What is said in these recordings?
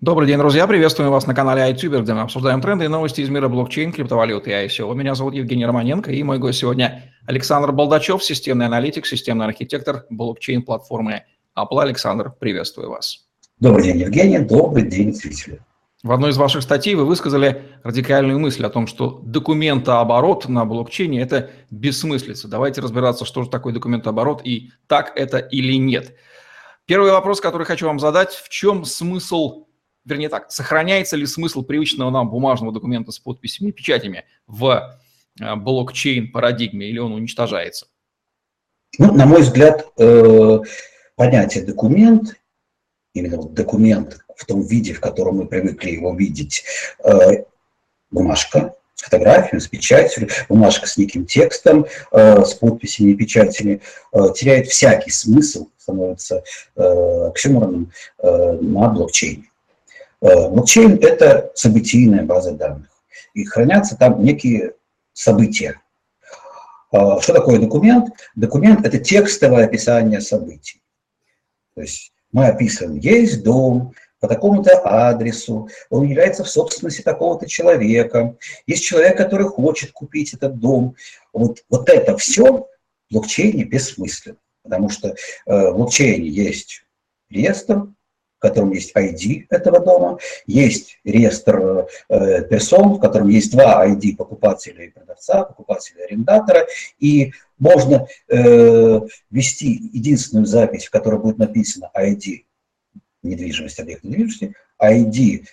Добрый день, друзья! Приветствуем вас на канале iTuber, где мы обсуждаем тренды и новости из мира блокчейн, криптовалюты и ICO. Меня зовут Евгений Романенко, и мой гость сегодня Александр Болдачев, системный аналитик, системный архитектор блокчейн-платформы Apple. Александр, приветствую вас. Добрый день, Евгений. Добрый день, зрители. В одной из ваших статей вы высказали радикальную мысль о том, что документооборот на блокчейне – это бессмыслица. Давайте разбираться, что же такое документооборот и так это или нет. Первый вопрос, который хочу вам задать: в чем смысл, вернее так, сохраняется ли смысл привычного нам бумажного документа с подписями и печатями в блокчейн-парадигме, или он уничтожается? Ну, на мой взгляд, понятие «документ», именно вот документ в том виде, в котором мы привыкли его видеть, бумажка с фотографией, с печатью, бумажка с неким текстом, с подписями и печатями, теряет всякий смысл, становится оксюмороном на блокчейне. Блокчейн – это событийная база данных, и хранятся там некие события. Что такое документ? Документ – это текстовое описание событий. То есть мы описываем: есть дом по такому-то адресу, он является в собственности такого-то человека, есть человек, который хочет купить этот дом. Вот это все в блокчейне бессмысленно, потому что в блокчейне есть реестр, в котором есть ID этого дома, есть реестр персон, в котором есть два ID покупателя и продавца, покупателя и арендатора, и можно ввести единственную запись, в которой будет написано ID недвижимости, объект недвижимости, ID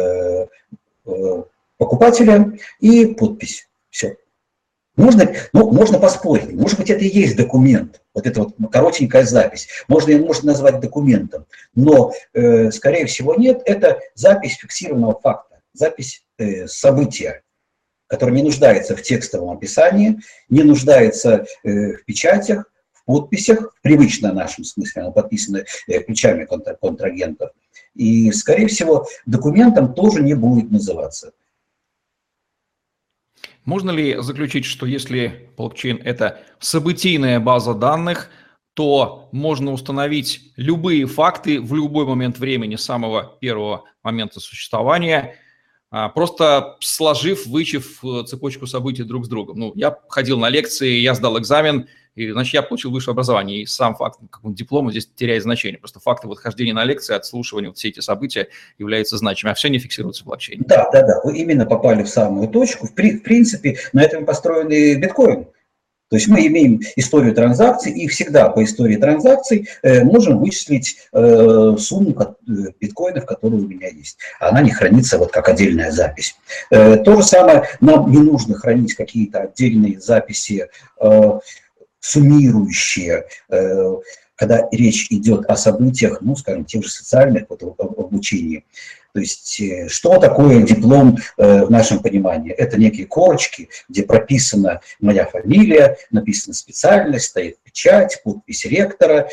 покупателя и подпись. Все. Можно поспорить, может быть, это и есть документ, вот эта вот коротенькая запись, можно назвать документом, но, скорее всего, нет, это запись фиксированного факта, запись события, которое не нуждается в текстовом описании, не нуждается в печатях, в подписях, в привычном нашем смысле, оно подписано ключами контрагентов, и, скорее всего, документом тоже не будет называться. Можно ли заключить, что если блокчейн – это событийная база данных, то можно установить любые факты в любой момент времени с самого первого момента существования, просто сложив, вычив цепочку событий друг с другом? Ну, я ходил на лекции, я сдал экзамен, и, значит, я получил высшее образование, и сам факт диплома здесь теряет значение. Просто факты вот хождения на лекции, отслушивания, вот все эти события являются значимыми, а все не фиксируется в блокчейне. Да, вы именно попали в самую точку. В принципе, на этом построен и биткоин. То есть мы имеем историю транзакций, и всегда по истории транзакций можем вычислить сумму биткоинов, которые у меня есть. Она не хранится вот как отдельная запись. То же самое, нам не нужно хранить какие-то отдельные записи, суммирующие, когда речь идет о событиях, ну, скажем, тех же социальных, вот, обучении. То есть что такое диплом в нашем понимании? Это некие корочки, где прописана моя фамилия, написана специальность, стоит печать, подпись ректора.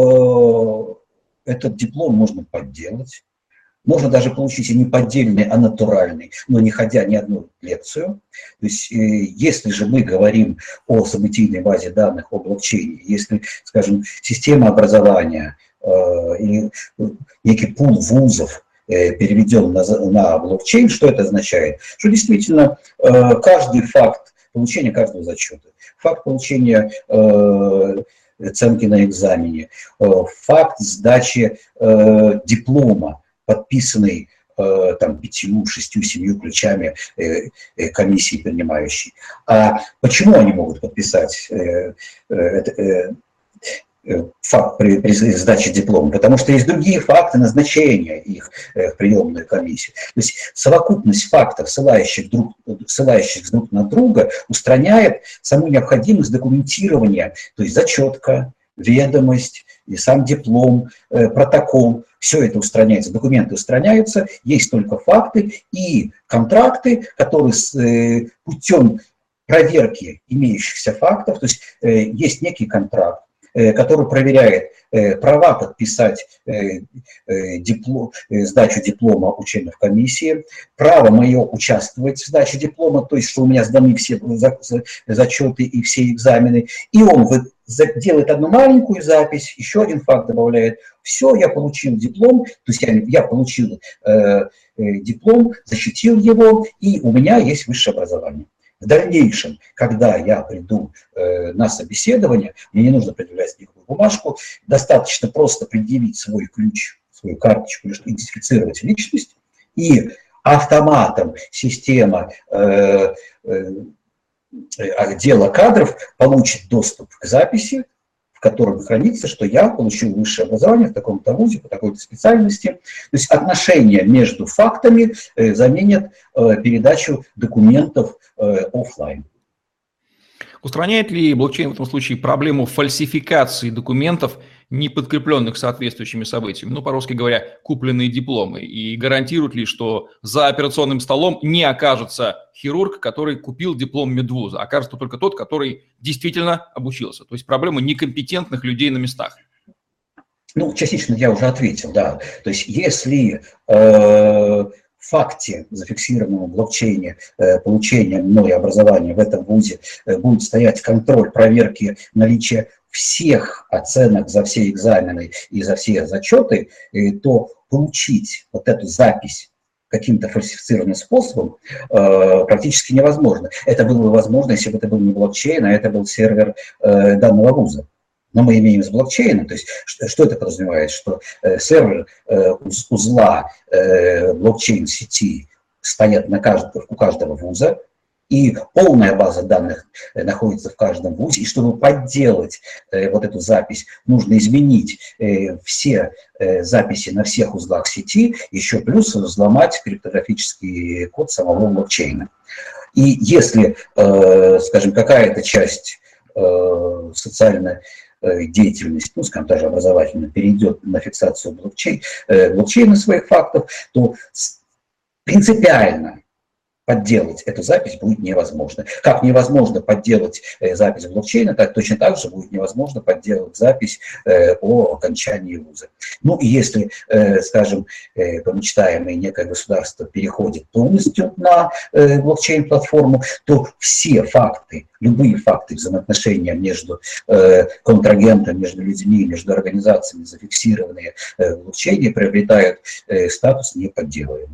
Этот диплом можно подделать. Можно даже получить и не поддельный, а натуральный, но не ходя ни одну лекцию. То есть, если же мы говорим о событийной базе данных, о блокчейне, если, скажем, система образования или некий пул вузов переведен на блокчейн, что это означает? Что действительно каждый факт получения каждого зачета, факт получения оценки на экзамене, факт сдачи диплома, подписанный там 5, 6, 7 ключами комиссии принимающей. А почему они могут подписать факт при сдаче диплома? Потому что есть другие факты назначения их в приемную комиссию. То есть совокупность фактов, ссылающих друг на друга, устраняет саму необходимость документирования, то есть зачетка, ведомость, и сам диплом, протокол. Все это устраняется, документы устраняются, есть только факты и контракты, которые путем проверки имеющихся фактов, то есть есть некий контракт, который проверяет права подписать сдачу диплома учебной комиссии, право мое участвовать в сдаче диплома, то есть что у меня сданы все зачеты и все экзамены, и он делает одну маленькую запись, еще один факт добавляет. Все, я получил диплом, то есть я получил диплом, защитил его, и у меня есть высшее образование. В дальнейшем, когда я приду на собеседование, мне не нужно предъявлять никакую бумажку, достаточно просто предъявить свой ключ, свою карточку, идентифицировать личность, и автоматом система отдела кадров получит доступ к записи, в котором хранится, что я получил высшее образование в таком-то вузе, по такой-то специальности. То есть отношения между фактами заменят передачу документов офлайн. Устраняет ли блокчейн в этом случае проблему фальсификации документов, не подкрепленных соответствующими событиями, ну, по-русски говоря, купленные дипломы, и гарантирует ли, что за операционным столом не окажется хирург, который купил диплом медвуза, окажется только тот, который действительно обучился? То есть проблема некомпетентных людей на местах. Ну, частично я уже ответил, да. То есть если в факте, зафиксированном в блокчейне, получения мной образования в этом вузе будет стоять контроль проверки наличия всех оценок за все экзамены и за все зачеты, то получить вот эту запись каким-то фальсифицированным способом практически невозможно. Это было бы возможно, если бы это был не блокчейн, а это был сервер данного вуза. Но мы имеем с блокчейном, то есть что это подразумевает? Что сервер узла блокчейн-сети стоят у каждого вуза, и полная база данных находится в каждом вузе, и чтобы подделать вот эту запись, нужно изменить все записи на всех узлах сети, еще плюс взломать криптографический код самого блокчейна. И если, скажем, какая-то часть социальной деятельность, ну, скажем, даже образовательно, перейдет на фиксацию блокчейна своих фактов, то принципиально подделать эту запись будет невозможно. Как невозможно подделать запись блокчейна, так точно так же будет невозможно подделать запись о окончании вуза. Ну и если, скажем, помечтаемое некое государство переходит полностью на блокчейн-платформу, то все факты, любые факты взаимоотношения между контрагентами, между людьми, между организациями, зафиксированные в блокчейне, приобретают статус неподделаемых.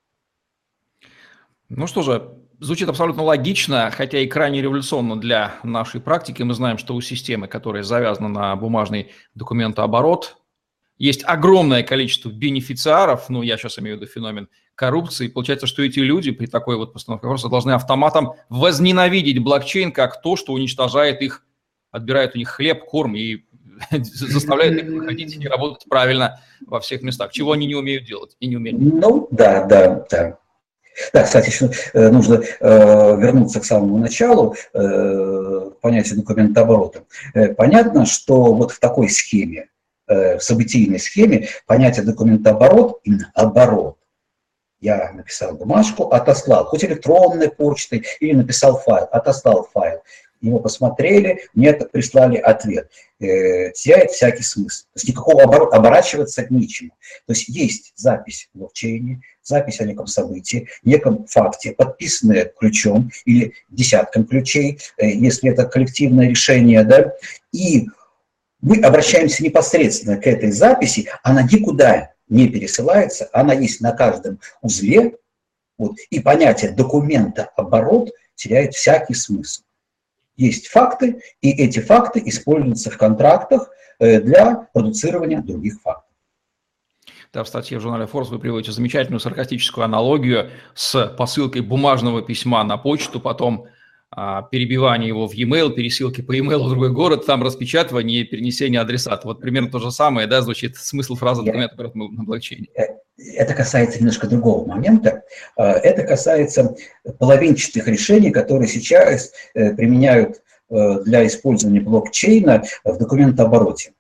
Ну что же, звучит абсолютно логично, хотя и крайне революционно для нашей практики. Мы знаем, что у системы, которая завязана на бумажный документооборот, есть огромное количество бенефициаров, ну я сейчас имею в виду феномен коррупции. Получается, что эти люди при такой вот постановке вопроса должны автоматом возненавидеть блокчейн как то, что уничтожает их, отбирает у них хлеб, корм и заставляет их выходить и работать правильно во всех местах, чего они не умеют делать и не умеют. Ну да. Да, кстати, еще нужно вернуться к самому началу, к понятию документооборота. Понятно, что вот в такой схеме, в событийной схеме, понятие документооборот, оборот. Я написал бумажку, отослал, хоть электронной почтой, или написал файл, отослал файл. Его посмотрели, мне прислали ответ. Теряет всякий смысл. То есть никакого оборачиваться к ничему. То есть запись в блокчейне, запись о неком событии, неком факте, подписанная ключом или десятком ключей, если это коллективное решение, да, и мы обращаемся непосредственно к этой записи, она никуда не пересылается, она есть на каждом узле, вот, и понятие документа-оборот теряет всякий смысл. Есть факты, и эти факты используются в контрактах для продуцирования других фактов. Да, в статье в журнале Forbes вы приводите замечательную саркастическую аналогию с посылкой бумажного письма на почту, потом перебивание его в e-mail, пересылки по e-mail в другой город, там распечатывание и перенесение адресата. Вот примерно то же самое, да, звучит смысл фразы документа на блокчейне. Это касается немножко другого момента. Это касается половинчатых решений, которые сейчас применяют для использования блокчейна в документообороте.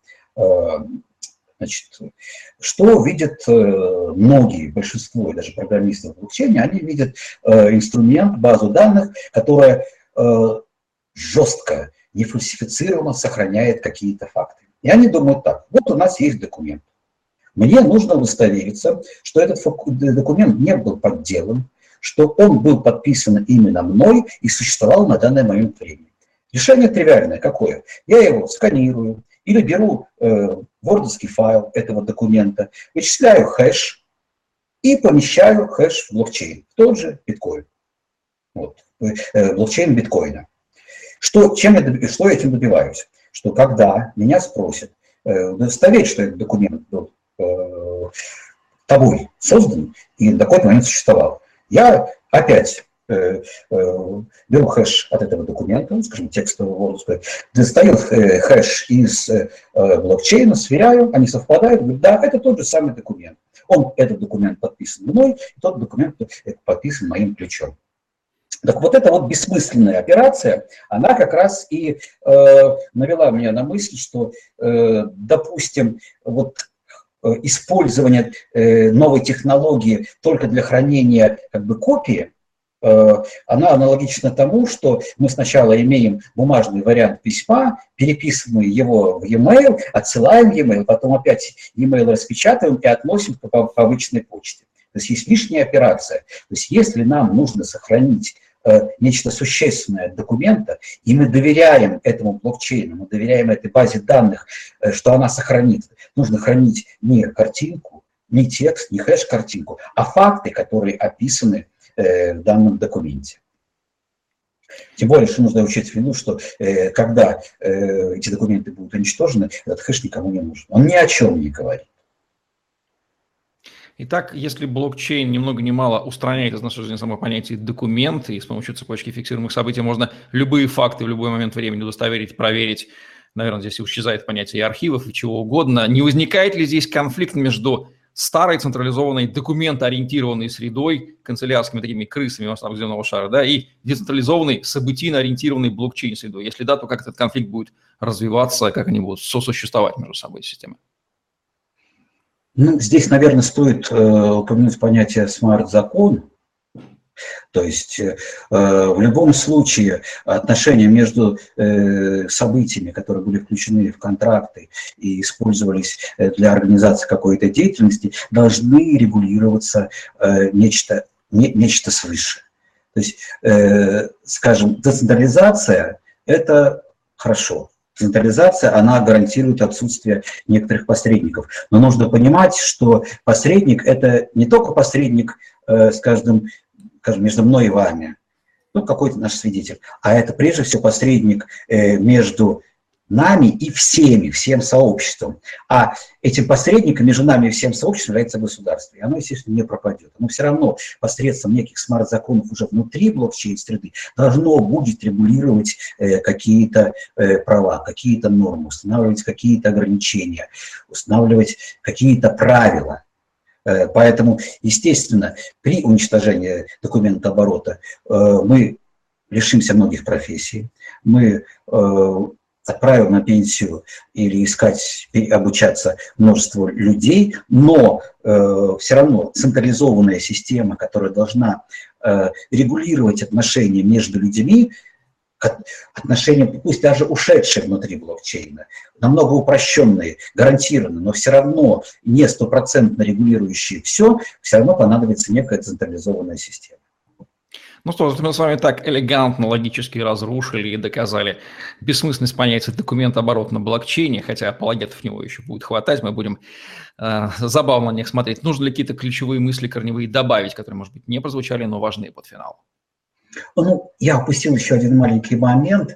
Значит, что видят многие, большинство и даже программистов в блокчейне, они видят инструмент, базу данных, которая жестко нефальсифицируемо сохраняет какие-то факты. И они думают так: вот у нас есть документ. Мне нужно удостовериться, что этот документ не был подделан, что он был подписан именно мной и существовал на данный момент времени. Решение тривиальное какое? Я его сканирую или беру вордовский файл этого документа, вычисляю хэш и помещаю хэш в блокчейн, в тот же биткоин. Вот, блокчейн биткоина. Что этим добиваюсь? Что когда меня спросят удостоверить, что этот документ был тобой создан и на какой-то момент существовал, я опять беру хэш от этого документа, скажем, текстового, достаю хэш из блокчейна, сверяю, они совпадают, говорю, да, это тот же самый документ. Этот документ подписан мной, тот документ подписан моим ключом. Так вот эта вот бессмысленная операция, она как раз и навела меня на мысль, что, допустим, вот использование новой технологии только для хранения как бы копии, она аналогична тому, что мы сначала имеем бумажный вариант письма, переписываем его в e-mail, отсылаем e-mail, потом опять e-mail распечатываем и относим по обычной почте. То есть есть лишняя операция. То есть если нам нужно сохранить нечто существенное от документа, и мы доверяем этому блокчейну, мы доверяем этой базе данных, что она сохранит, нужно хранить не картинку, не текст, не хэш-картинку, а факты, которые описаны в данном документе. Тем более, что нужно учесть в виду, что когда эти документы будут уничтожены, этот хэш никому не нужен. Он ни о чем не говорит. Итак, если блокчейн ни много ни мало устраняет из нашей жизни само понятие документы, и с помощью цепочки фиксируемых событий можно любые факты в любой момент времени удостоверить, проверить, наверное, здесь исчезает понятие архивов и чего угодно, не возникает ли здесь конфликт между старой централизованной документоориентированной средой, канцелярскими такими крысами масштаба земного шара, да, и децентрализованной событийно-ориентированной блокчейн-средой? Если да, то как этот конфликт будет развиваться, как они будут сосуществовать между собой системы? Ну, здесь, наверное, стоит упомянуть понятие смарт-закон. То есть в любом случае отношения между событиями, которые были включены в контракты и использовались для организации какой-то деятельности, должны регулироваться нечто свыше. То есть, скажем, децентрализация – это хорошо. Централизация, она гарантирует отсутствие некоторых посредников. Но нужно понимать, что посредник – это не только посредник, скажем, между мной и вами, ну, какой-то наш свидетель, а это прежде всего посредник между нами и всем сообществом. А этим посредником между нами и всем сообществом является государство. И оно, естественно, не пропадет. Но все равно посредством неких смарт-законов уже внутри блокчейн-среды должно будет регулировать какие-то права, какие-то нормы, устанавливать какие-то ограничения, устанавливать какие-то правила. Поэтому, естественно, при уничтожении документооборота мы лишимся многих профессий, мы отправим на пенсию или обучаться множество людей, но все равно централизованная система, которая должна регулировать отношения между людьми, отношения, пусть даже ушедшие внутри блокчейна, намного упрощенные, гарантированно, но все равно не стопроцентно регулирующие все равно понадобится некая централизованная система. Ну что, мы с вами так элегантно, логически разрушили и доказали бессмысленность понятия документооборот на блокчейне, хотя апологетов него еще будет хватать, мы будем забавно на них смотреть. Нужно ли какие-то ключевые мысли корневые добавить, которые, может быть, не прозвучали, но важны под финал? Ну, я упустил еще один маленький момент.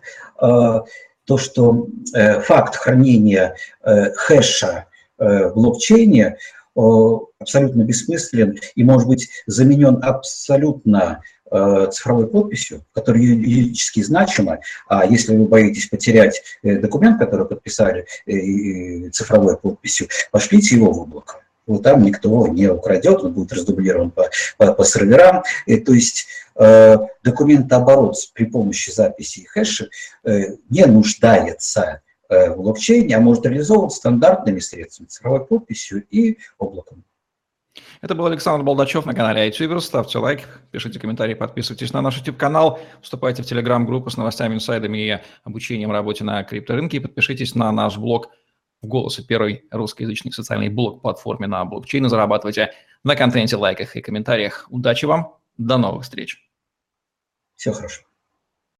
То, что факт хранения хэша в блокчейне абсолютно бессмыслен и может быть заменен абсолютно цифровой подписью, которая юридически значима. А если вы боитесь потерять документ, который подписали цифровой подписью, пошлите его в облако. Вот там никто не украдет, он будет раздублирован по серверам. То есть документооборот при помощи записи и хэша не нуждается в блокчейне, а может реализовываться стандартными средствами, цифровой подписью и облаком. Это был Александр Болдачев на канале iTuber. Ставьте лайк, пишите комментарии, подписывайтесь на наш YouTube-канал, вступайте в Telegram-группу с новостями, инсайдами и обучением работе на крипторынке. И подпишитесь на наш блог в «Голосе», первой русскоязычной социальной блог-платформе на блокчейне. Зарабатывайте на контенте, лайках и комментариях. Удачи вам, до новых встреч. Всего хорошего.